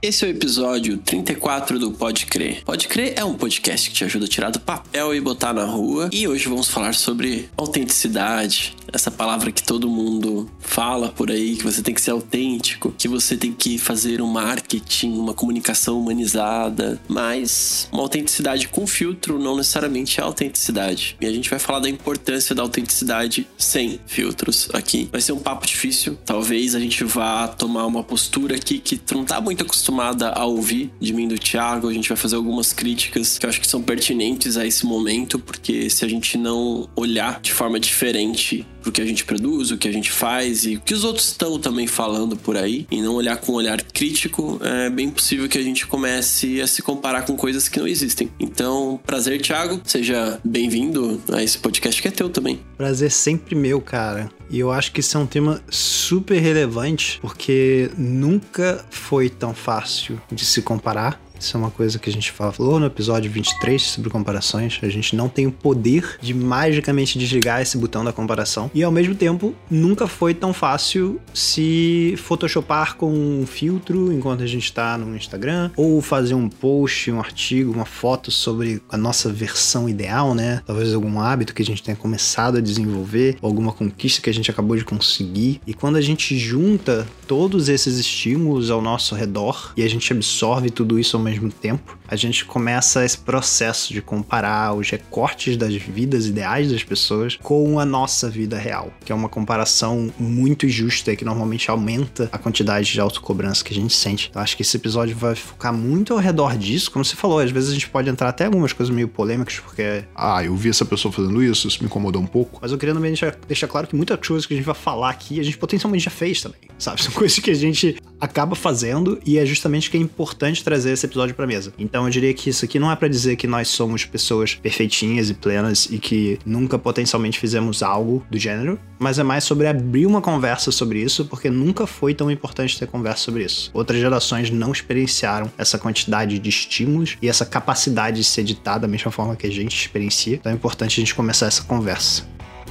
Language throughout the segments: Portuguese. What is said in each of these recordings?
Esse é o episódio 34 do Pode Crer. Pode Crer é um podcast que te ajuda a tirar do papel e botar na rua. E hoje vamos falar sobre autenticidade. Essa palavra que todo mundo fala por aí, que você tem que ser autêntico, que você tem que fazer um marketing, uma comunicação humanizada. Mas uma autenticidade com filtro não necessariamente é autenticidade. E a gente vai falar da importância da autenticidade sem filtros aqui. Vai ser um papo difícil. Talvez a gente vá tomar uma postura aqui que tu não tá muito acostumada a ouvir de mim e do Thiago. A gente vai fazer algumas críticas que eu acho que são pertinentes a esse momento, porque se a gente não olhar de forma diferente pro que a gente produz, o que a gente faz e o que os outros estão também falando por aí, e não olhar com um olhar crítico, é bem possível que a gente comece a se comparar com coisas que não existem. Então, prazer, Thiago. Seja bem-vindo a esse podcast que é teu também. Prazer sempre meu, cara. E eu acho que isso é um tema super relevante, porque nunca foi tão fácil de se comparar. Isso é uma coisa que a gente falou no episódio 23 sobre comparações. A gente não tem o poder de magicamente desligar esse botão da comparação. E ao mesmo tempo, nunca foi tão fácil se photoshopar com um filtro enquanto a gente está no Instagram, ou fazer um post, um artigo, uma foto sobre a nossa versão ideal, né? Talvez algum hábito que a gente tenha começado a desenvolver, ou alguma conquista que a gente acabou de conseguir. E quando a gente junta todos esses estímulos ao nosso redor e a gente absorve tudo isso ao mesmo tempo, a gente começa esse processo de comparar os recortes das vidas ideais das pessoas com a nossa vida real, que é uma comparação muito injusta e que normalmente aumenta a quantidade de autocobrança que a gente sente. Eu acho que esse episódio vai focar muito ao redor disso. Como você falou, às vezes a gente pode entrar até algumas coisas meio polêmicas, porque eu vi essa pessoa fazendo isso me incomodou um pouco. Mas eu queria também deixar claro que muitas coisas que a gente vai falar aqui, a gente potencialmente já fez também, sabe? São coisas que a gente acaba fazendo e é justamente que é importante trazer esse episódio pra mesa. Então eu diria que isso aqui não é pra dizer que nós somos pessoas perfeitinhas e plenas e que nunca potencialmente fizemos algo do gênero, mas é mais sobre abrir uma conversa sobre isso, porque nunca foi tão importante ter conversa sobre isso. Outras gerações não experienciaram essa quantidade de estímulos e essa capacidade de se editar da mesma forma que a gente experiencia. Então é importante a gente começar essa conversa.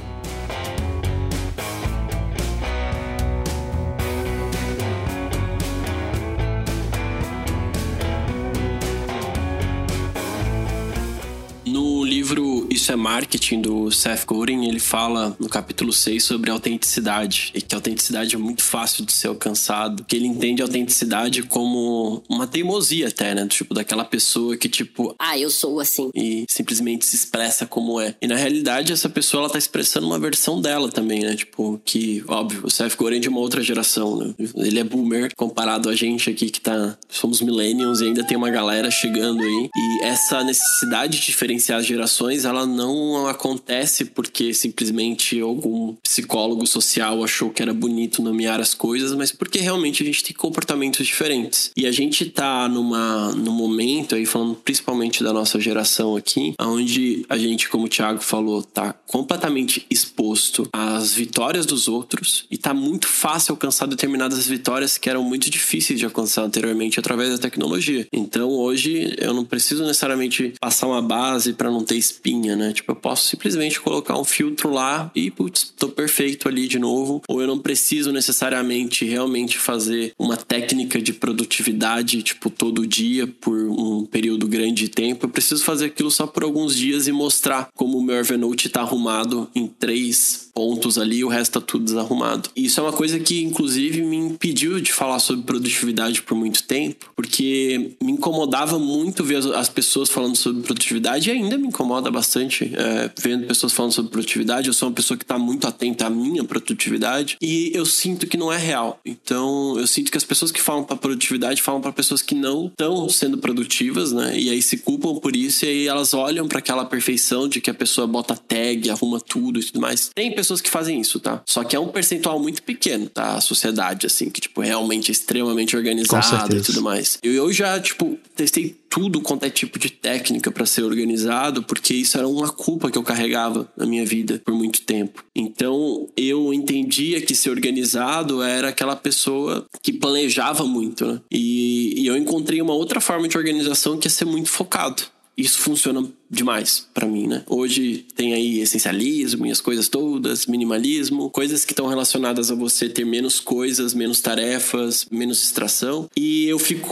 Isso é Marketing, do Seth Godin. Ele fala no capítulo 6 sobre autenticidade, e que a autenticidade é muito fácil de ser alcançado, que ele entende a autenticidade como uma teimosia até, né? Tipo, daquela pessoa que tipo, eu sou assim, e simplesmente se expressa como é. E na realidade essa pessoa, ela tá expressando uma versão dela também, né? Tipo, que, óbvio, o Seth Godin é de uma outra geração, né? Ele é boomer comparado a gente aqui que somos millennials, e ainda tem uma galera chegando aí. E essa necessidade de diferenciar as gerações, ela não acontece porque simplesmente algum psicólogo social achou que era bonito nomear as coisas, mas porque realmente a gente tem comportamentos diferentes. E a gente tá num momento aí, falando principalmente da nossa geração aqui, onde a gente, como o Thiago falou, tá completamente exposto às vitórias dos outros, e tá muito fácil alcançar determinadas vitórias que eram muito difíceis de alcançar anteriormente através da tecnologia. Então hoje eu não preciso necessariamente passar uma base pra não ter espinha, né? Tipo, eu posso simplesmente colocar um filtro lá e, tô perfeito ali de novo. Ou eu não preciso necessariamente realmente fazer uma técnica de produtividade, tipo, todo dia por um período grande de tempo. Eu preciso fazer aquilo só por alguns dias e mostrar como o meu Evernote tá arrumado em 3 pontos ali e o resto tá tudo desarrumado. E isso é uma coisa que, inclusive, me impediu de falar sobre produtividade por muito tempo, porque me incomodava muito ver as pessoas falando sobre produtividade, e ainda me incomoda bastante vendo pessoas falando sobre produtividade. Eu sou uma pessoa que tá muito atenta à minha produtividade, e eu sinto que não é real. Então, eu sinto que as pessoas que falam pra produtividade falam pra pessoas que não estão sendo produtivas, né? E aí se culpam por isso, e aí elas olham pra aquela perfeição de que a pessoa bota tag, arruma tudo e tudo mais. Tem pessoas que fazem isso, tá? Só que é um percentual muito pequeno, tá? A sociedade, assim, que, tipo, realmente é extremamente organizada e tudo mais. Eu já, tipo, testei tudo quanto é tipo de técnica pra ser organizado, porque isso era uma culpa que eu carregava na minha vida por muito tempo. Então, eu entendia que ser organizado era aquela pessoa que planejava muito, né? E eu encontrei uma outra forma de organização que é ser muito focado. Isso funciona demais pra mim, né? Hoje tem aí essencialismo e as coisas todas, minimalismo, coisas que estão relacionadas a você ter menos coisas, menos tarefas, menos distração. E eu fico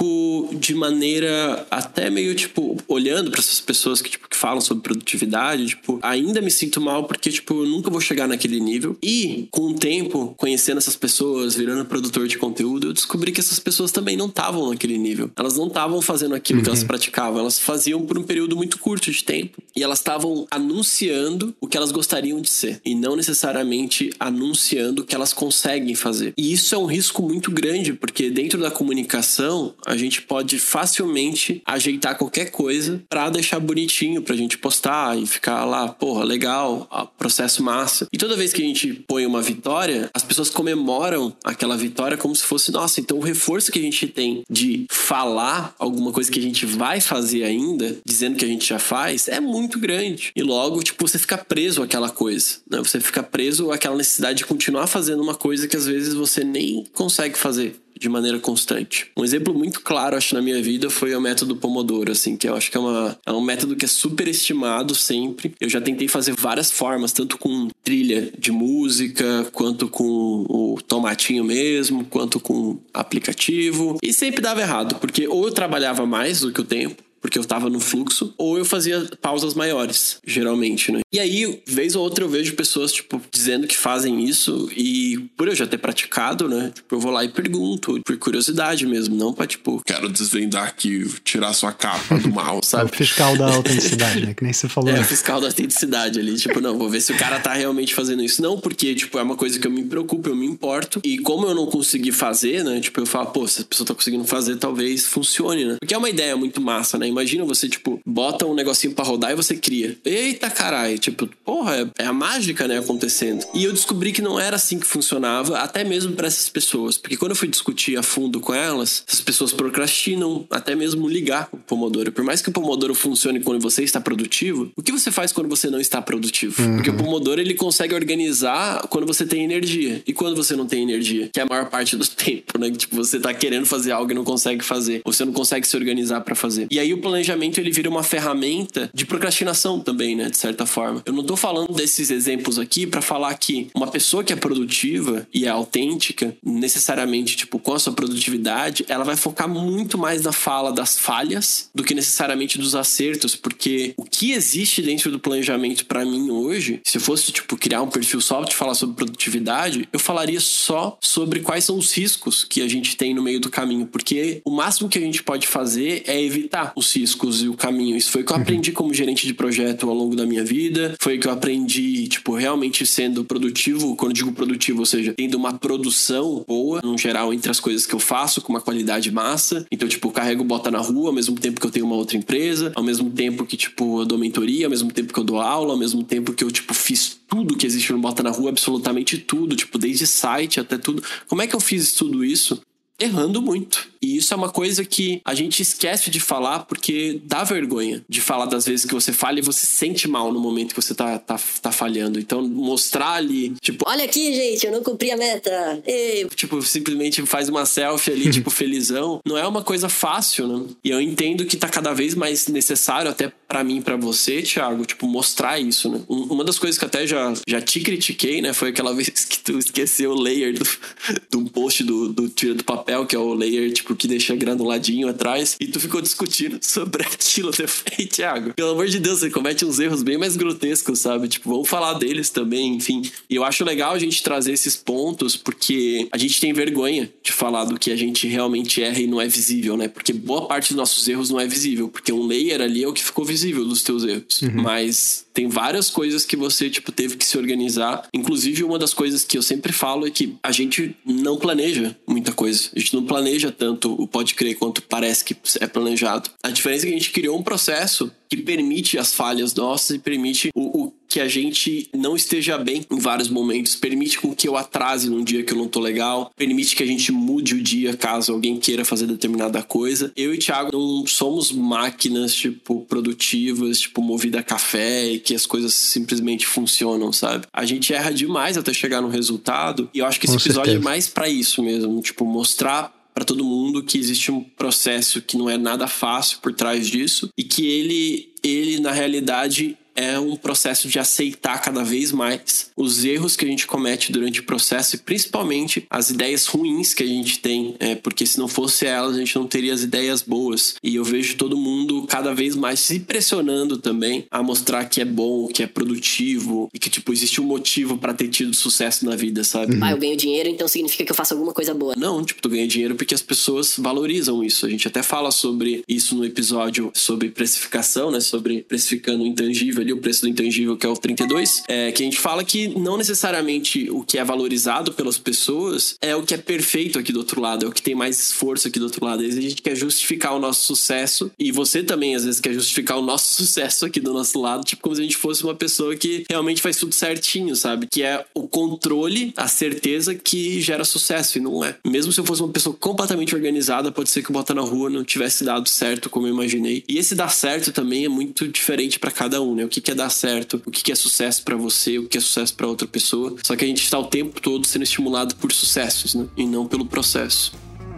eu, de maneira até meio, tipo, olhando pra essas pessoas que, tipo, que falam sobre produtividade, tipo, ainda me sinto mal porque, tipo, eu nunca vou chegar naquele nível. E, com o tempo, conhecendo essas pessoas, virando produtor de conteúdo, eu descobri que essas pessoas também não estavam naquele nível. Elas não estavam fazendo aquilo que elas praticavam. Elas faziam por um período muito curto de tempo. E elas estavam anunciando o que elas gostariam de ser. E não necessariamente anunciando o que elas conseguem fazer. E isso é um risco muito grande, porque dentro da comunicação, a gente pode facilmente ajeitar qualquer coisa pra deixar bonitinho, pra gente postar e ficar lá, porra, legal, processo massa. E toda vez que a gente põe uma vitória, as pessoas comemoram aquela vitória como se fosse, nossa, então o reforço que a gente tem de falar alguma coisa que a gente vai fazer ainda, dizendo que a gente já faz, é muito grande. E logo, tipo, você fica preso àquela coisa, né? Você fica preso àquela necessidade de continuar fazendo uma coisa que às vezes você nem consegue fazer de maneira constante. Um exemplo muito claro, acho, na minha vida foi o método Pomodoro, assim, que eu acho que é um método que é super estimado sempre. Eu já tentei fazer várias formas, tanto com trilha de música, quanto com o tomatinho mesmo, quanto com aplicativo. E sempre dava errado, porque ou eu trabalhava mais do que o tempo, porque eu tava no fluxo, ou eu fazia pausas maiores, geralmente, né? E aí, vez ou outra, eu vejo pessoas, tipo, dizendo que fazem isso e por eu já ter praticado, né? Tipo, eu vou lá e pergunto, por curiosidade mesmo, não pra, tipo, quero desvendar aqui, tirar sua capa do mal, sabe? É o fiscal da autenticidade, né? Que nem você falou. É, o fiscal da autenticidade ali, tipo, não, vou ver se o cara tá realmente fazendo isso. Não, porque, tipo, é uma coisa que eu me preocupo, eu me importo. E como eu não consegui fazer, né? Tipo, eu falo, pô, se a pessoa tá conseguindo fazer, talvez funcione, né? Porque é uma ideia muito massa, né? Imagina você, tipo, bota um negocinho pra rodar e você cria. Eita, caralho. Tipo, porra, é a mágica, né, acontecendo. E eu descobri que não era assim que funcionava, até mesmo pra essas pessoas. Porque quando eu fui discutir a fundo com elas, essas pessoas procrastinam até mesmo ligar o Pomodoro. Por mais que o Pomodoro funcione quando você está produtivo, o que você faz quando você não está produtivo? Porque o Pomodoro, ele consegue organizar quando você tem energia. E quando você não tem energia? Que é a maior parte do tempo, né? Que, tipo, você tá querendo fazer algo e não consegue fazer. Ou você não consegue se organizar pra fazer. E aí o planejamento, ele vira uma ferramenta de procrastinação também, né? De certa forma. Eu não tô falando desses exemplos aqui pra falar que uma pessoa que é produtiva e é autêntica, necessariamente, tipo, com a sua produtividade, ela vai focar muito mais na fala das falhas do que necessariamente dos acertos, porque o que existe dentro do planejamento pra mim hoje, se eu fosse, tipo, criar um perfil só de falar sobre produtividade, eu falaria só sobre quais são os riscos que a gente tem no meio do caminho, porque o máximo que a gente pode fazer é evitar os riscos e o caminho. Isso foi o que eu aprendi como gerente de projeto ao longo da minha vida, foi o que eu aprendi, tipo, realmente sendo produtivo. Quando eu digo produtivo, ou seja, tendo uma produção boa, no geral, entre as coisas que eu faço, com uma qualidade massa. Então, tipo, eu carrego bota na rua, ao mesmo tempo que eu tenho uma outra empresa, ao mesmo tempo que, tipo, eu dou mentoria, ao mesmo tempo que eu dou aula, ao mesmo tempo que eu, tipo, fiz tudo que existe no Bota na Rua, absolutamente tudo, tipo, desde site até tudo. Como é que eu fiz tudo isso? Errando muito. E isso é uma coisa que a gente esquece de falar porque dá vergonha de falar das vezes que você falha e você se sente mal no momento que você tá falhando. Então, mostrar ali, tipo, olha aqui, gente, eu não cumpri a meta. E, tipo, simplesmente faz uma selfie ali, tipo, felizão. Não é uma coisa fácil, né? E eu entendo que tá cada vez mais necessário, até pra mim e pra você, Thiago, tipo, mostrar isso, né? Uma das coisas que até já te critiquei, né? Foi aquela vez que tu esqueceu o layer do post do Tira do Papel, que é o layer, tipo, que deixa granuladinho atrás, e tu ficou discutindo sobre aquilo. Eu falei, Thiago, pelo amor de Deus, você comete uns erros bem mais grotescos, sabe? Tipo, vamos falar deles também, enfim. E eu acho legal a gente trazer esses pontos, porque a gente tem vergonha de falar do que a gente realmente erra e não é visível, né? Porque boa parte dos nossos erros não é visível, porque um layer ali é o que ficou visível dos teus erros. Mas tem várias coisas que você, tipo, teve que se organizar. Inclusive, uma das coisas que eu sempre falo é que a gente não planeja muita coisa. A gente não planeja tanto o Pode Crer quanto parece que é planejado. A diferença é que a gente criou um processo que permite as falhas nossas e permite o que a gente não esteja bem em vários momentos, permite com que eu atrase num dia que eu não tô legal, permite que a gente mude o dia caso alguém queira fazer determinada coisa. Eu e o Thiago não somos máquinas, tipo, produtivas, tipo, movida a café e que as coisas simplesmente funcionam, sabe? A gente erra demais até chegar no resultado, e eu acho que esse episódio é mais pra isso mesmo, tipo, mostrar para todo mundo que existe um processo que não é nada fácil por trás disso e que ele na realidade é um processo de aceitar cada vez mais os erros que a gente comete durante o processo e principalmente as ideias ruins que a gente tem, porque se não fosse elas, a gente não teria as ideias boas. E eu vejo todo mundo cada vez mais se pressionando também a mostrar que é bom, que é produtivo e que, tipo, existe um motivo pra ter tido sucesso na vida, sabe? Eu ganho dinheiro, então significa que eu faço alguma coisa boa. Não, tipo, tu ganha dinheiro porque as pessoas valorizam isso. A gente até fala sobre isso no episódio sobre precificação, né? Sobre precificando o intangível ali, o preço do intangível, que é o 32. Que a gente fala que não necessariamente o que é valorizado pelas pessoas é o que é perfeito aqui do outro lado, é o que tem mais esforço aqui do outro lado. Às vezes a gente quer justificar o nosso sucesso e você também, às vezes, quer justificar o nosso sucesso aqui do nosso lado, tipo, como se a gente fosse uma pessoa que realmente faz tudo certinho, sabe? Que é o controle, a certeza que gera sucesso, e não é. Mesmo se eu fosse uma pessoa completamente organizada, pode ser que o Bota na Rua não tivesse dado certo como eu imaginei. E esse dar certo também é muito diferente pra cada um, né? O que é dar certo, o que é sucesso pra você, o que é sucesso pra outra pessoa. Só que a gente tá o tempo todo sendo estimulado por sucessos, né? E não pelo processo.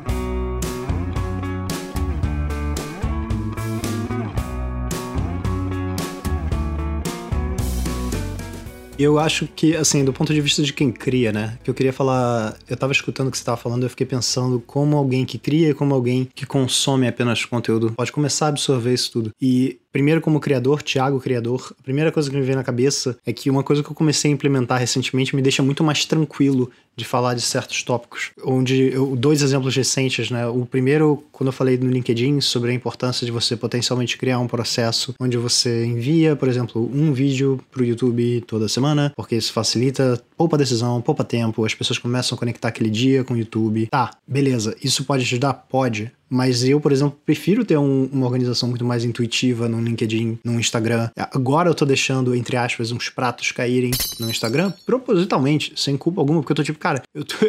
Eu acho que, assim, do ponto de vista de quem cria, né? Que eu queria falar... Eu tava escutando o que você tava falando, eu fiquei pensando como alguém que cria e como alguém que consome apenas conteúdo pode começar a absorver isso tudo. E... Primeiro, como criador, Thiago criador, a primeira coisa que me veio na cabeça é que uma coisa que eu comecei a implementar recentemente me deixa muito mais tranquilo de falar de certos tópicos. Dois exemplos recentes, né? O primeiro, quando eu falei no LinkedIn sobre a importância de você potencialmente criar um processo onde você envia, por exemplo, um vídeo pro YouTube toda semana, porque isso facilita, poupa decisão, poupa tempo, as pessoas começam a conectar aquele dia com o YouTube. Tá, beleza, isso pode ajudar? Pode. Mas eu, por exemplo, prefiro ter uma organização muito mais intuitiva no LinkedIn, no Instagram. Agora eu tô deixando, entre aspas, uns pratos caírem no Instagram, propositalmente, sem culpa alguma, porque eu tô tipo, cara,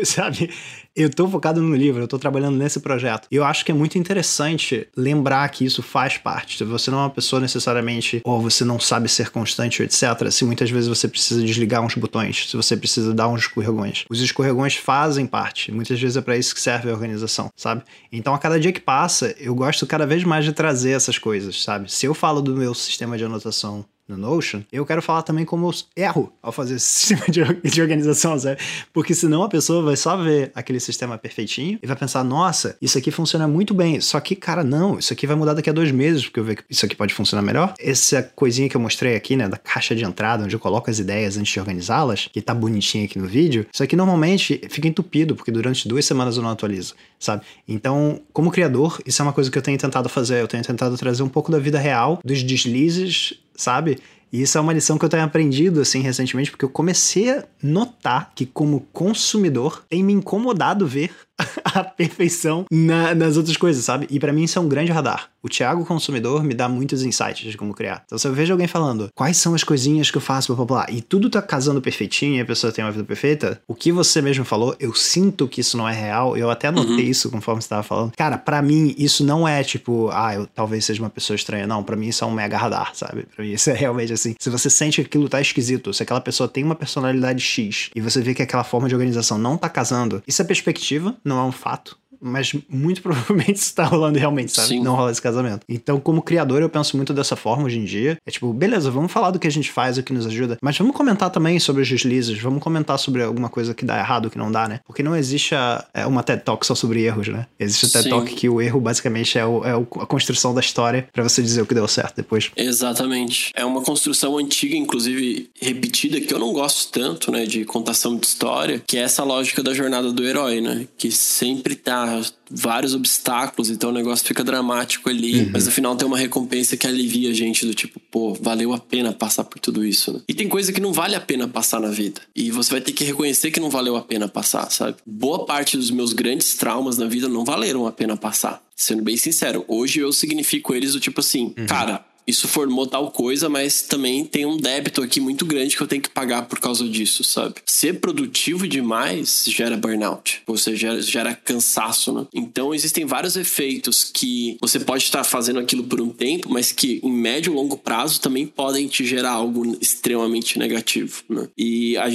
eu tô focado no livro, eu tô trabalhando nesse projeto. E eu acho que é muito interessante lembrar que isso faz parte. Se você não é uma pessoa necessariamente, ou você não sabe ser constante, etc., se muitas vezes você precisa desligar uns botões, se você precisa dar uns escorregões. Os escorregões fazem parte. Muitas vezes é pra isso que serve a organização, sabe? Então, a cada dia que passa, eu gosto cada vez mais de trazer essas coisas, sabe? Se eu falo do meu sistema de anotação no Notion, eu quero falar também como eu erro ao fazer esse sistema de organização, sabe? Porque senão a pessoa vai só ver aquele sistema perfeitinho e vai pensar, nossa, isso aqui funciona muito bem, só que, cara, não, isso aqui vai mudar daqui a 2 meses, porque eu vejo que isso aqui pode funcionar melhor. Essa coisinha que eu mostrei aqui, né, da caixa de entrada, onde eu coloco as ideias antes de organizá-las, que tá bonitinha aqui no vídeo, isso aqui normalmente fica entupido, porque durante 2 semanas eu não atualizo, sabe? Então, como criador, isso é uma coisa que eu tenho tentado fazer, eu tenho tentado trazer um pouco da vida real, dos deslizes, sabe? E isso é uma lição que eu tenho aprendido, assim, recentemente, porque eu comecei a notar que, como consumidor, tem me incomodado ver a perfeição nas outras coisas, sabe? E pra mim isso é um grande radar. O Thiago consumidor me dá muitos insights de como criar. Então se eu vejo alguém falando, quais são as coisinhas que eu faço, blá, blá, blá, e tudo tá casando perfeitinho e a pessoa tem uma vida perfeita, o que você mesmo falou, eu sinto que isso não é real, eu até notei isso conforme você tava falando. Cara, pra mim isso não é tipo, eu talvez seja uma pessoa estranha, não, pra mim isso é um mega radar, sabe? Pra mim isso é realmente assim, se você sente que aquilo tá esquisito, se aquela pessoa tem uma personalidade X e você vê que aquela forma de organização não tá casando, isso é perspectiva, não é um fato, mas muito provavelmente isso tá rolando realmente, sabe? Sim. Não rola esse casamento. Então, como criador, eu penso muito dessa forma hoje em dia. É tipo, beleza, vamos falar do que a gente faz, o que nos ajuda, mas vamos comentar também sobre os deslizes, vamos comentar sobre alguma coisa que dá errado, que não dá, né? Porque não existe uma TED Talk só sobre erros, né? Existe a TED Talk que o erro, basicamente, é a construção da história pra você dizer o que deu certo depois. Exatamente. É uma construção antiga, inclusive repetida, que eu não gosto tanto, né, de contação de história, que é essa lógica da jornada do herói, né? Que sempre tá vários obstáculos, então o negócio fica dramático ali, mas no final tem uma recompensa que alivia a gente do tipo, pô, valeu a pena passar por tudo isso, né? E tem coisa que não vale a pena passar na vida, e você vai ter que reconhecer que não valeu a pena passar, sabe? Boa parte dos meus grandes traumas na vida não valeram a pena passar, sendo bem sincero. Hoje eu significo eles do tipo assim, cara, isso formou tal coisa, mas também tem um débito aqui muito grande que eu tenho que pagar por causa disso, sabe? Ser produtivo demais gera burnout. Ou seja, gera cansaço, né? Então, existem vários efeitos que você pode estar fazendo aquilo por um tempo, mas que em médio e longo prazo também podem te gerar algo extremamente negativo, né? E a gente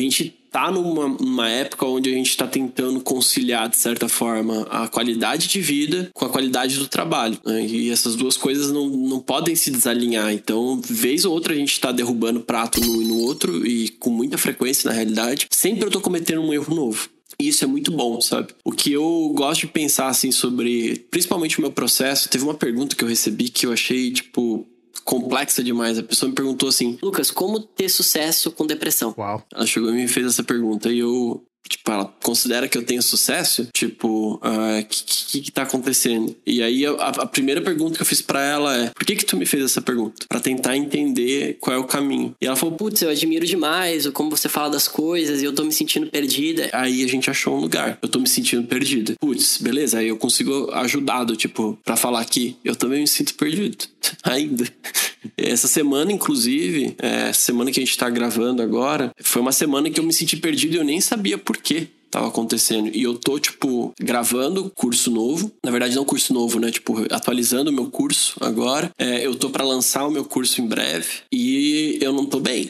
tá numa época onde a gente tá tentando conciliar, de certa forma, a qualidade de vida com a qualidade do trabalho, né? E essas duas coisas não podem se desalinhar. Então, vez ou outra, a gente tá derrubando prato num e no outro, e com muita frequência, na realidade. Sempre eu tô cometendo um erro novo. E isso é muito bom, sabe? O que eu gosto de pensar, assim, sobre... Principalmente o meu processo. Teve uma pergunta que eu recebi que eu achei, tipo... complexa demais. A pessoa me perguntou assim: Lucas, como ter sucesso com depressão? Uau. Ela chegou e me fez essa pergunta e eu... Tipo, ela considera que eu tenho sucesso? Tipo, que tá acontecendo? E aí, a primeira pergunta que eu fiz pra ela é: por que tu me fez essa pergunta? Pra tentar entender qual é o caminho. E ela falou: Putz, eu admiro demais como você fala das coisas e eu tô me sentindo perdida. Aí a gente achou um lugar. Eu tô me sentindo perdida. Putz, beleza. Aí eu consigo ajudar, tipo, pra falar que eu também me sinto perdido. Ainda. Essa semana, inclusive, semana que a gente tá gravando agora, foi uma semana que eu me senti perdido e eu nem sabia por quê tava acontecendo. E eu tô, tipo, gravando curso novo. Na verdade, não curso novo, né? Tipo, atualizando o meu curso agora. Eu tô pra lançar o meu curso em breve. E eu não tô bem.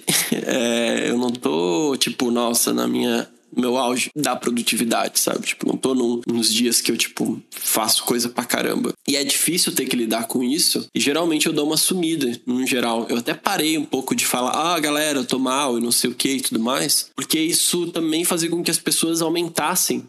Eu não tô, tipo, nossa, meu auge da produtividade, sabe? Tipo, não tô nos dias que eu, tipo, faço coisa pra caramba. E é difícil ter que lidar com isso. E geralmente eu dou uma sumida, no geral. Eu até parei um pouco de falar: galera, eu tô mal e não sei o que e tudo mais. Porque isso também fazia com que as pessoas aumentassem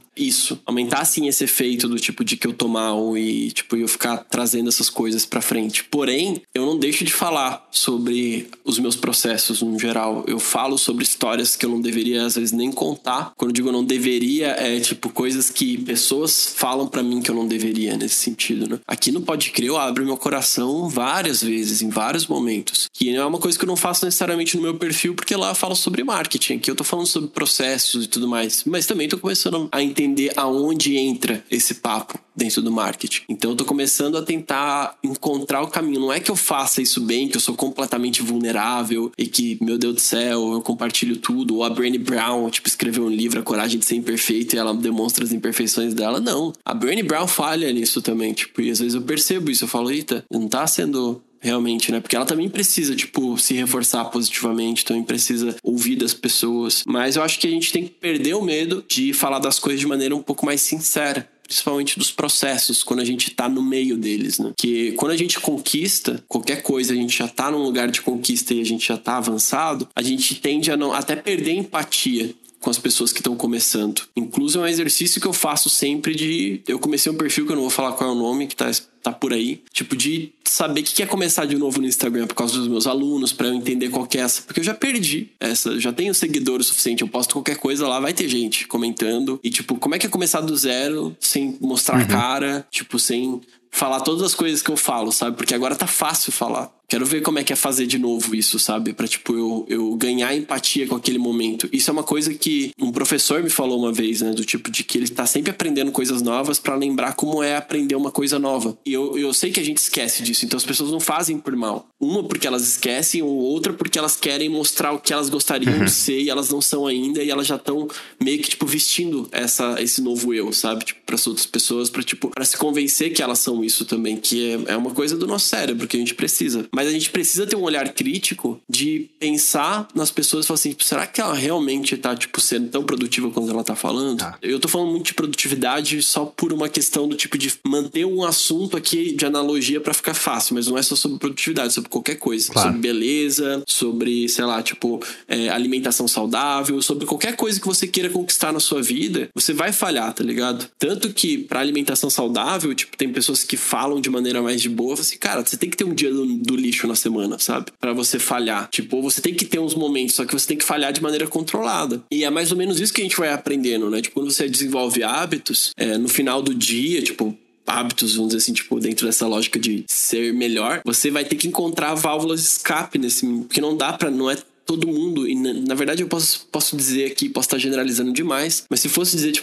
esse efeito do tipo de que eu tô mal e, tipo, eu ficar trazendo essas coisas pra frente. Porém, eu não deixo de falar sobre os meus processos, no geral. Eu falo sobre histórias que eu não deveria, às vezes, nem contar. Quando eu digo não deveria, tipo, coisas que pessoas falam pra mim que eu não deveria, nesse sentido, né? Aqui no Pode Crer eu abro meu coração várias vezes, em vários momentos. Que não é uma coisa que eu não faço necessariamente no meu perfil, porque lá eu falo sobre marketing. Aqui eu tô falando sobre processos e tudo mais. Mas também tô começando a entender aonde entra esse papo dentro do marketing. Então eu tô começando a tentar encontrar o caminho. Não é que eu faça isso bem, que eu sou completamente vulnerável e que, meu Deus do céu, eu compartilho tudo. Ou a Brené Brown, tipo, escreveu um livro, A Coragem de Ser Imperfeito, e ela demonstra as imperfeições dela. Não. A Brené Brown falha nisso também, tipo, e às vezes eu percebo isso. Eu falo: eita, não tá sendo... Realmente, né? Porque ela também precisa, tipo, se reforçar positivamente, também precisa ouvir das pessoas. Mas eu acho que a gente tem que perder o medo de falar das coisas de maneira um pouco mais sincera. Principalmente dos processos, quando a gente tá no meio deles, né? Que quando a gente conquista qualquer coisa, a gente já tá num lugar de conquista e a gente já tá avançado, a gente tende a não até perder empatia com as pessoas que estão começando. Inclusive, é um exercício que eu faço sempre eu comecei um perfil que eu não vou falar qual é o nome, que tá por aí. Tipo, de saber o que é começar de novo no Instagram por causa dos meus alunos, pra eu entender qual que é essa. Porque eu já perdi essa, já tenho seguidores o suficiente, eu posto qualquer coisa lá, vai ter gente comentando. E, tipo, como é que é começar do zero, sem mostrar a cara, tipo, sem falar todas as coisas que eu falo, sabe? Porque agora tá fácil falar. Quero ver como é que é fazer de novo isso, sabe? Pra, tipo, eu ganhar empatia com aquele momento. Isso é uma coisa que um professor me falou uma vez, né? Do tipo de que ele tá sempre aprendendo coisas novas pra lembrar como é aprender uma coisa nova. E eu sei que a gente esquece disso. Então as pessoas não fazem por mal. Uma porque elas esquecem, ou outra porque elas querem mostrar o que elas gostariam de ser e elas não são ainda. E elas já estão meio que, tipo, vestindo esse novo eu, sabe? Tipo, pras outras pessoas, pra se convencer que elas são isso também. Que é uma coisa do nosso cérebro que a gente precisa. Mas a gente precisa ter um olhar crítico de pensar nas pessoas e falar assim: será que ela realmente tá, tipo, sendo tão produtiva quanto ela tá falando? Eu tô falando muito de produtividade só por uma questão do tipo de manter um assunto aqui de analogia pra ficar fácil, mas não é só sobre produtividade, é sobre qualquer coisa. Claro. Sobre beleza, sobre, sei lá, tipo, alimentação saudável, sobre qualquer coisa que você queira conquistar na sua vida, você vai falhar, tá ligado? Tanto que pra alimentação saudável, tipo, tem pessoas que falam de maneira mais de boa, assim, cara, você tem que ter um dia do lixo na semana, sabe? Pra você falhar. Tipo, você tem que ter uns momentos, só que você tem que falhar de maneira controlada. E é mais ou menos isso que a gente vai aprendendo, né? Tipo, quando você desenvolve hábitos, no final do dia, tipo, hábitos, vamos dizer assim, tipo, dentro dessa lógica de ser melhor, você vai ter que encontrar válvulas de escape porque não é todo mundo, e na verdade eu posso dizer aqui, posso estar generalizando demais, mas se fosse dizer, tipo,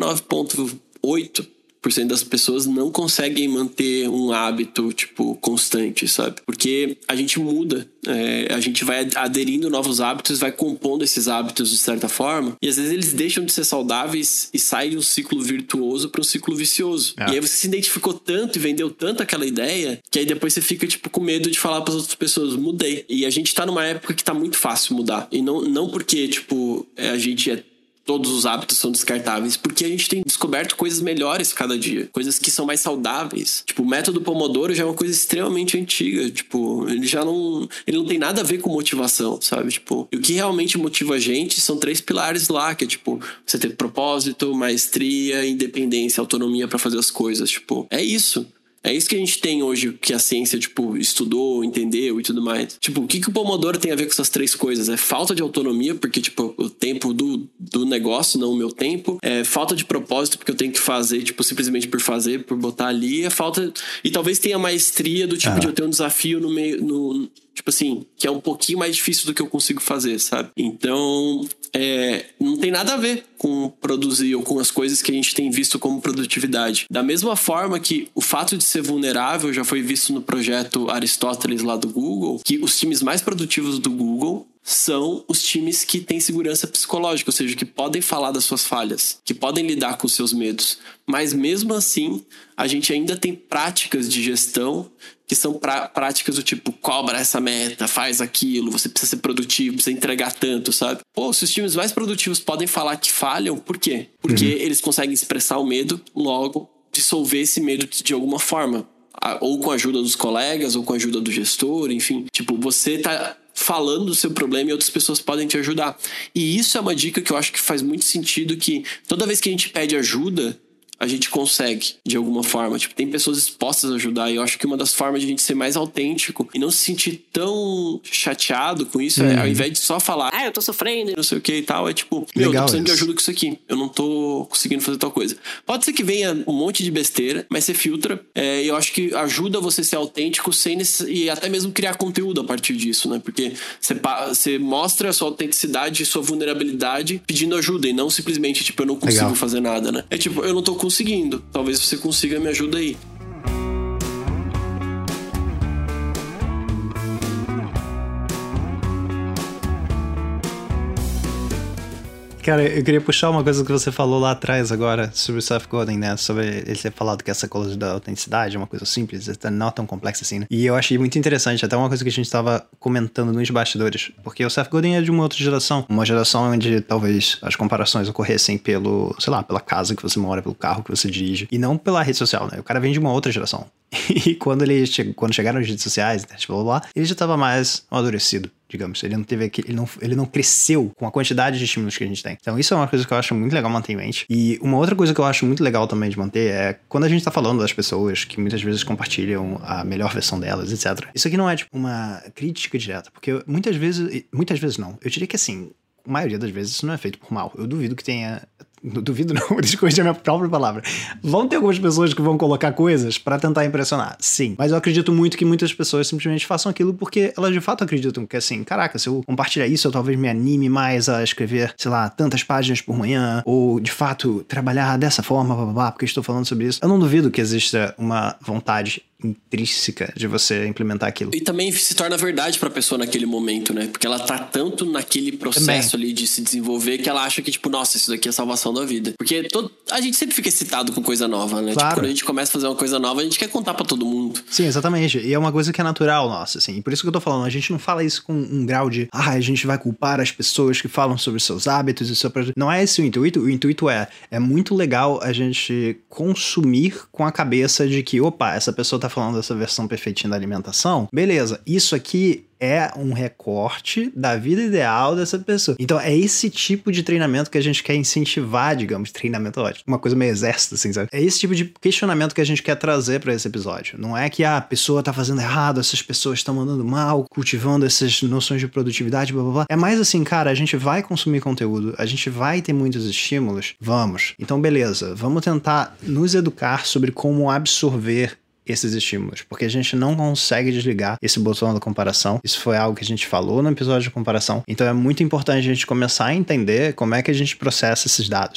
99,8% das pessoas não conseguem manter um hábito, tipo, constante, sabe? Porque a gente muda, a gente vai aderindo novos hábitos, vai compondo esses hábitos de certa forma, e às vezes eles deixam de ser saudáveis e saem de um ciclo virtuoso para um ciclo vicioso. E aí você se identificou tanto e vendeu tanto aquela ideia, que aí depois você fica, tipo, com medo de falar para as outras pessoas: mudei. E a gente tá numa época que tá muito fácil mudar. E não porque, tipo, a gente todos os hábitos são descartáveis, porque a gente tem descoberto coisas melhores cada dia, coisas que são mais saudáveis. Tipo, o método Pomodoro já é uma coisa extremamente antiga, tipo, ele não tem nada a ver com motivação, sabe? Tipo, e o que realmente motiva a gente são 3 pilares lá, que é tipo, você ter propósito, maestria, independência, autonomia pra fazer as coisas, tipo, é isso. É isso que a gente tem hoje, que a ciência, tipo, estudou, entendeu e tudo mais. Tipo, o que o Pomodoro tem a ver com essas 3 coisas? É falta de autonomia, porque, tipo, o tempo do negócio, não o meu tempo. É falta de propósito, porque eu tenho que fazer, tipo, simplesmente por fazer, por botar ali. É falta... E talvez tenha maestria do tipo de eu ter um desafio no meio... Tipo assim, que é um pouquinho mais difícil do que eu consigo fazer, sabe? Então, não tem nada a ver com produzir ou com as coisas que a gente tem visto como produtividade. Da mesma forma que o fato de ser vulnerável já foi visto no projeto Aristóteles lá do Google, que os times mais produtivos do Google são os times que têm segurança psicológica, ou seja, que podem falar das suas falhas, que podem lidar com os seus medos. Mas mesmo assim, a gente ainda tem práticas de gestão que são práticas do tipo, cobra essa meta, faz aquilo, você precisa ser produtivo, precisa entregar tanto, sabe? Pô, se os times mais produtivos podem falar que falham, por quê? Porque eles conseguem expressar o medo, logo dissolver esse medo de alguma forma. Ou com a ajuda dos colegas, ou com a ajuda do gestor, enfim. Tipo, você tá falando do seu problema e outras pessoas podem te ajudar. E isso é uma dica que eu acho que faz muito sentido, que toda vez que a gente pede ajuda, a gente consegue, de alguma forma. Tipo, tem pessoas dispostas a ajudar. E eu acho que uma das formas de a gente ser mais autêntico e não se sentir tão chateado com isso, ao invés de só falar, eu tô sofrendo, não sei o que e tal, é tipo, eu tô precisando de ajuda com isso aqui. Eu não tô conseguindo fazer tal coisa. Pode ser que venha um monte de besteira, mas você filtra. E eu acho que ajuda você a ser autêntico e até mesmo criar conteúdo a partir disso, né? Porque você mostra a sua autenticidade e sua vulnerabilidade pedindo ajuda e não simplesmente, tipo, eu não consigo fazer nada, né? É tipo, eu não tô conseguindo. Talvez você consiga, me ajuda aí. Cara, eu queria puxar uma coisa que você falou lá atrás agora sobre o Seth Godin, né? Sobre ele ter falado que essa coisa da autenticidade é uma coisa simples, não tão complexa assim, né? E eu achei muito interessante, até uma coisa que a gente tava comentando nos bastidores, porque o Seth Godin é de uma outra geração, uma geração onde talvez as comparações ocorressem pelo, sei lá, pela casa que você mora, pelo carro que você dirige, e não pela rede social, né? O cara vem de uma outra geração. E quando chegaram as redes sociais, blá, blá, blá, ele já tava mais amadurecido, digamos. Ele não teve ele não cresceu com a quantidade de estímulos que a gente tem. Então isso é uma coisa que eu acho muito legal manter em mente. E uma outra coisa que eu acho muito legal também de manter é quando a gente tá falando das pessoas que muitas vezes compartilham a melhor versão delas, etc. Isso aqui não é tipo uma crítica direta, porque muitas vezes não. Eu diria que assim, a maioria das vezes isso não é feito por mal. Eu duvido que tenha... Não duvido não, deixa eu corrigir a minha própria palavra. Vão ter algumas pessoas que vão colocar coisas pra tentar impressionar, sim. Mas eu acredito muito que muitas pessoas simplesmente façam aquilo porque elas de fato acreditam que assim, caraca, se eu compartilhar isso, eu talvez me anime mais a escrever, sei lá, tantas páginas por manhã, ou de fato trabalhar dessa forma, blá, blá, blá, porque eu estou falando sobre isso. Eu não duvido que exista uma vontade intrínseca de você implementar aquilo. E também se torna verdade pra pessoa naquele momento, né? Porque ela tá tanto naquele processo ali de se desenvolver que ela acha que, tipo, nossa, isso daqui é a salvação da vida. Porque a gente sempre fica excitado com coisa nova, né? Claro. Tipo, quando a gente começa a fazer uma coisa nova, a gente quer contar pra todo mundo. Sim, exatamente. E é uma coisa que é natural, nossa, assim. E por isso que eu tô falando, a gente não fala isso com um grau de, a gente vai culpar as pessoas que falam sobre seus hábitos e sobre... Não é esse o intuito. O intuito é muito legal a gente consumir com a cabeça de que, opa, essa pessoa tá falando dessa versão perfeitinha da alimentação. Beleza, isso aqui é um recorte da vida ideal dessa pessoa. Então é esse tipo de treinamento que a gente quer incentivar, digamos, treinamento ótimo. Uma coisa meio exército, assim, sabe? É esse tipo de questionamento que a gente quer trazer pra esse episódio. Não é que a pessoa tá fazendo errado, essas pessoas estão mandando mal, cultivando essas noções de produtividade, blá blá blá. É mais assim, cara, a gente vai consumir conteúdo, a gente vai ter muitos estímulos, vamos. Então beleza, vamos tentar nos educar sobre como absorver esses estímulos, porque a gente não consegue desligar esse botão da comparação. Isso foi algo que a gente falou no episódio de comparação. Então é muito importante a gente começar a entender como é que a gente processa esses dados.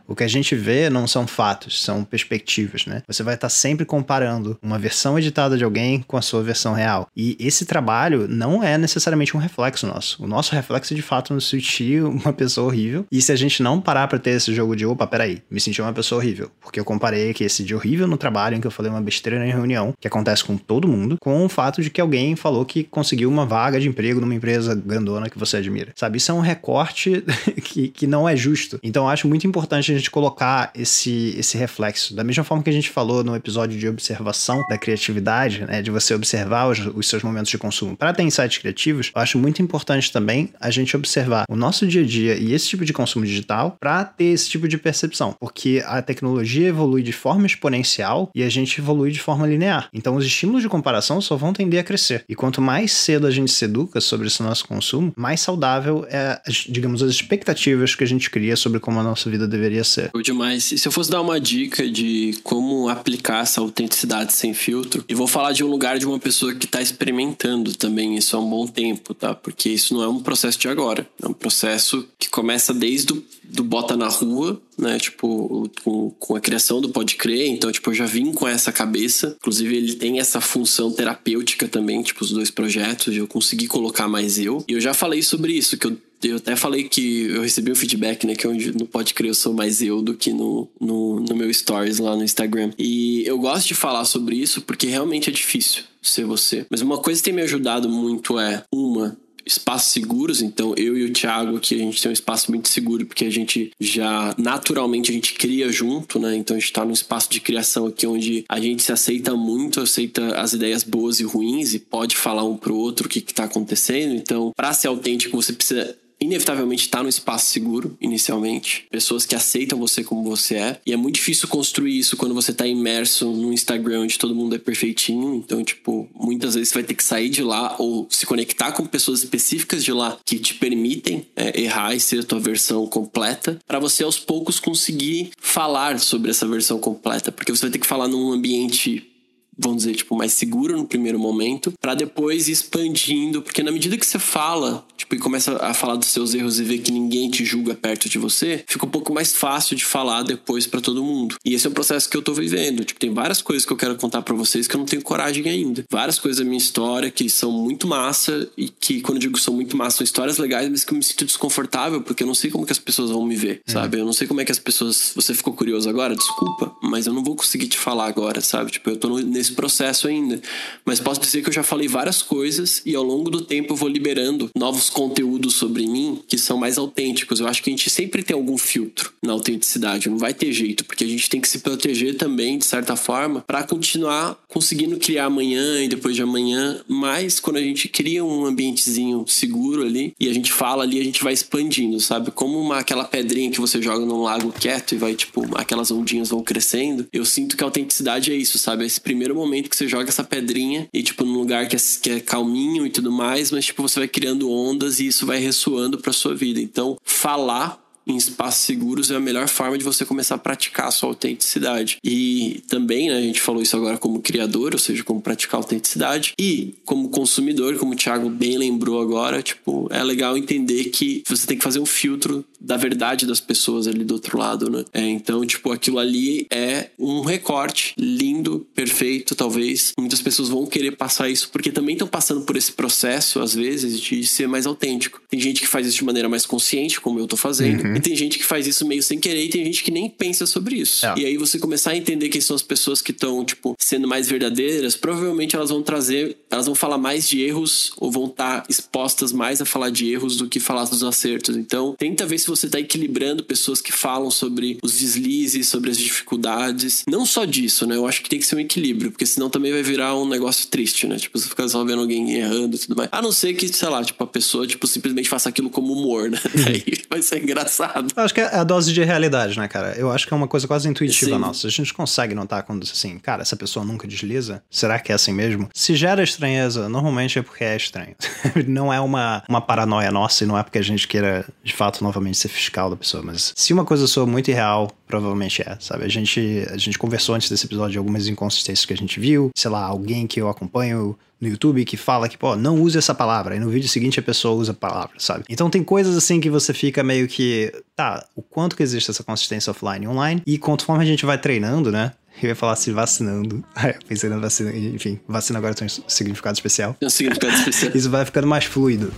O que a gente vê não são fatos, são perspectivas, né? Você vai estar sempre comparando uma versão editada de alguém com a sua versão real. E esse trabalho não é necessariamente um reflexo nosso. O nosso reflexo é, de fato, nos sentir uma pessoa horrível. E se a gente não parar pra ter esse jogo de, opa, peraí, me senti uma pessoa horrível. Porque eu comparei aqui esse dia horrível no trabalho, em que eu falei uma besteira na reunião, que acontece com todo mundo, com o fato de que alguém falou que conseguiu uma vaga de emprego numa empresa grandona que você admira. Sabe? Isso é um recorte que não é justo. Então eu acho muito importante a gente colocar esse reflexo. Da mesma forma que a gente falou no episódio de observação da criatividade, né, de você observar os seus momentos de consumo para ter insights criativos, eu acho muito importante também a gente observar o nosso dia a dia e esse tipo de consumo digital para ter esse tipo de percepção. Porque a tecnologia evolui de forma exponencial e a gente evolui de forma linear. Então os estímulos de comparação só vão tender a crescer. E quanto mais cedo a gente se educa sobre esse nosso consumo, mais saudável é, digamos, as expectativas que a gente cria sobre como a nossa vida deveria ser. Demais. E se eu fosse dar uma dica de como aplicar essa autenticidade sem filtro, e vou falar de um lugar de uma pessoa que está experimentando também isso há um bom tempo, tá? Porque isso não é um processo de agora. É um processo que começa desde do bota na rua, né? Tipo, com a criação do Pode Crer. Então, tipo, eu já vim com essa cabeça. Inclusive, ele tem essa função terapêutica também, tipo, os dois projetos. Eu consegui colocar mais eu. E eu já falei sobre isso, que eu até falei que eu recebi um feedback, né? Que onde no Pode Crer eu sou mais eu do que no meu stories lá no Instagram. E eu gosto de falar sobre isso porque realmente é difícil ser você. Mas uma coisa que tem me ajudado muito é, espaços seguros. Então eu e o Thiago aqui, a gente tem um espaço muito seguro porque a gente já naturalmente a gente cria junto, né? Então a gente tá num espaço de criação aqui onde a gente se aceita muito, aceita as ideias boas e ruins e pode falar um pro outro o que tá acontecendo. Então, para ser autêntico, você precisa inevitavelmente estar num espaço seguro, inicialmente. Pessoas que aceitam você como você é. E é muito difícil construir isso quando você tá imerso no Instagram, onde todo mundo é perfeitinho. Então, tipo, muitas vezes você vai ter que sair de lá ou se conectar com pessoas específicas de lá que te permitem errar e ser a tua versão completa, para você aos poucos conseguir falar sobre essa versão completa. Porque você vai ter que falar num ambiente, vamos dizer, tipo, mais seguro no primeiro momento, para depois ir expandindo, porque na medida que você fala, tipo, e começa a falar dos seus erros e ver que ninguém te julga perto de você, fica um pouco mais fácil de falar depois para todo mundo. E esse é um processo que eu tô vivendo. Tipo, tem várias coisas que eu quero contar para vocês que eu não tenho coragem ainda. Várias coisas da minha história que são muito massa e que, quando eu digo são muito massa, são histórias legais, mas que eu me sinto desconfortável porque eu não sei como que as pessoas vão me ver, sabe? Eu não sei como é que as pessoas... Você ficou curioso agora? Desculpa, mas eu não vou conseguir te falar agora, sabe? Tipo, eu tô nesse processo ainda. Mas posso dizer que eu já falei várias coisas e ao longo do tempo eu vou liberando novos conteúdos sobre mim que são mais autênticos. Eu acho que a gente sempre tem algum filtro na autenticidade, não vai ter jeito, porque a gente tem que se proteger também, de certa forma, para continuar conseguindo criar amanhã e depois de amanhã. Mas quando a gente cria um ambientezinho seguro ali e a gente fala ali, a gente vai expandindo, sabe? Como aquela pedrinha que você joga num lago quieto e vai, tipo, aquelas ondinhas vão crescendo. Eu sinto que a autenticidade é isso, sabe? Esse primeiro momento que você joga essa pedrinha e, tipo, num lugar que é calminho e tudo mais, mas, tipo, você vai criando ondas e isso vai ressoando pra sua vida. Então, falar em espaços seguros é a melhor forma de você começar a praticar a sua autenticidade. E também, né, a gente falou isso agora como criador, ou seja, como praticar a autenticidade. E como consumidor, como o Thiago bem lembrou agora, tipo, é legal entender que você tem que fazer um filtro da verdade das pessoas ali do outro lado, né? Então, tipo, aquilo ali é um recorte lindo, perfeito, talvez. Muitas pessoas vão querer passar isso porque também estão passando por esse processo, às vezes, de ser mais autêntico. Tem gente que faz isso de maneira mais consciente, como eu tô fazendo. E tem gente que faz isso meio sem querer e tem gente que nem pensa sobre isso. E aí você começar a entender quem são as pessoas que estão, tipo, sendo mais verdadeiras, provavelmente elas vão falar mais de erros ou vão estar expostas mais a falar de erros do que falar dos acertos. Então, tenta ver se você tá equilibrando pessoas que falam sobre os deslizes, sobre as dificuldades. Não só disso, né? Eu acho que tem que ser um equilíbrio, porque senão também vai virar um negócio triste, né? Tipo, você ficar só vendo alguém errando e tudo mais. A não ser que, sei lá, tipo, a pessoa, tipo, simplesmente faça aquilo como humor, né? Aí vai ser engraçado. Eu acho que é a dose de realidade, né, cara? Eu acho que é uma coisa quase intuitiva nossa. A gente consegue notar quando, assim, cara, essa pessoa nunca desliza? Será que é assim mesmo? Se gera estranheza, normalmente é porque é estranho. Não é uma paranoia nossa e não é porque a gente queira, de fato, novamente ser fiscal da pessoa. Mas se uma coisa soa muito irreal provavelmente é, sabe? A gente conversou antes desse episódio de algumas inconsistências que a gente viu. Sei lá, alguém que eu acompanho no YouTube que fala que, pô, não use essa palavra. E no vídeo seguinte a pessoa usa a palavra, sabe? Então tem coisas assim que você fica meio que... Tá, o quanto que existe essa consistência offline e online. E conforme a gente vai treinando, né? Eu ia falar se vacinando. Eu pensei na vacina. Enfim, vacina agora tem um significado especial. Tem um significado especial. Isso vai ficando mais fluido.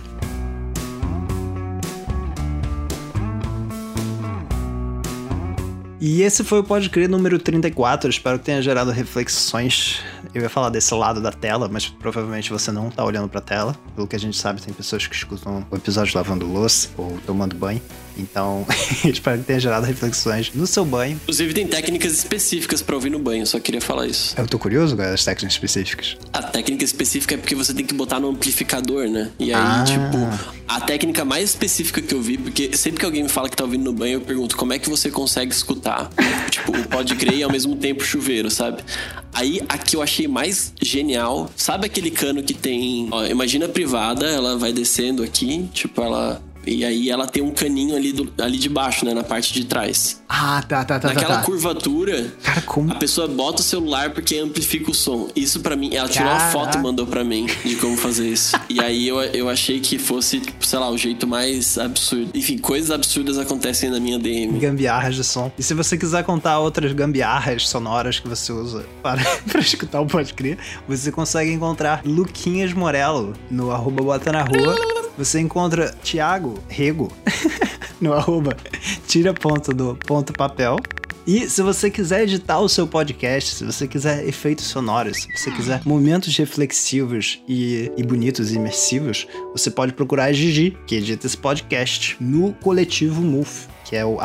E esse foi o Pode Crer número 34. Espero que tenha gerado reflexões. Eu ia falar desse lado da tela, mas provavelmente você não tá olhando pra tela. Pelo que a gente sabe, tem pessoas que escutam o episódio lavando louça ou tomando banho. Então, espero que tenha gerado reflexões no seu banho. Inclusive, tem técnicas específicas pra ouvir no banho, só queria falar isso. Eu tô curioso com as técnicas específicas. A técnica específica é porque você tem que botar no amplificador, né? E aí, tipo, a técnica mais específica que eu vi, porque sempre que alguém me fala que tá ouvindo no banho, eu pergunto como é que você consegue escutar, tipo, o Pode Crer e ao mesmo tempo chuveiro, sabe? Aí, a que eu achei mais genial, sabe aquele cano que tem... Ó, imagina a privada, ela vai descendo aqui, tipo, ela... E aí ela tem um caninho ali de baixo, né? Na parte de trás. Ah, tá. Naquela curvatura, cara, como? a pessoa bota o celular porque amplifica o som. Isso pra mim, ela tirou uma foto e mandou pra mim de como fazer isso. E aí eu achei que fosse, tipo, sei lá, o jeito mais absurdo. Enfim, coisas absurdas acontecem na minha DM. Gambiarras de som. E se você quiser contar outras gambiarras sonoras que você usa para escutar o Pode Crer, você consegue encontrar Luquinhas Morello no @bota na rua. Você encontra Thiago Rego no @tira.do.papel. E se você quiser editar o seu podcast, se você quiser efeitos sonoros, se você quiser momentos reflexivos e bonitos e imersivos, você pode procurar a Gigi, que edita esse podcast, no coletivo MUF, que é o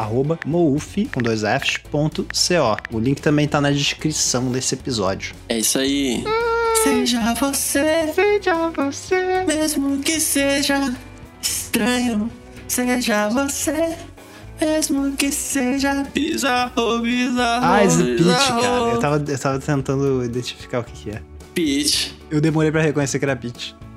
@mouf.co. O link também tá na descrição desse episódio. É isso aí. Seja você, mesmo que seja estranho. Seja você, mesmo que seja bizarro. Ah, esse pitch, cara. Eu tava tentando identificar o que é. Pitch. Eu demorei pra reconhecer que era pitch.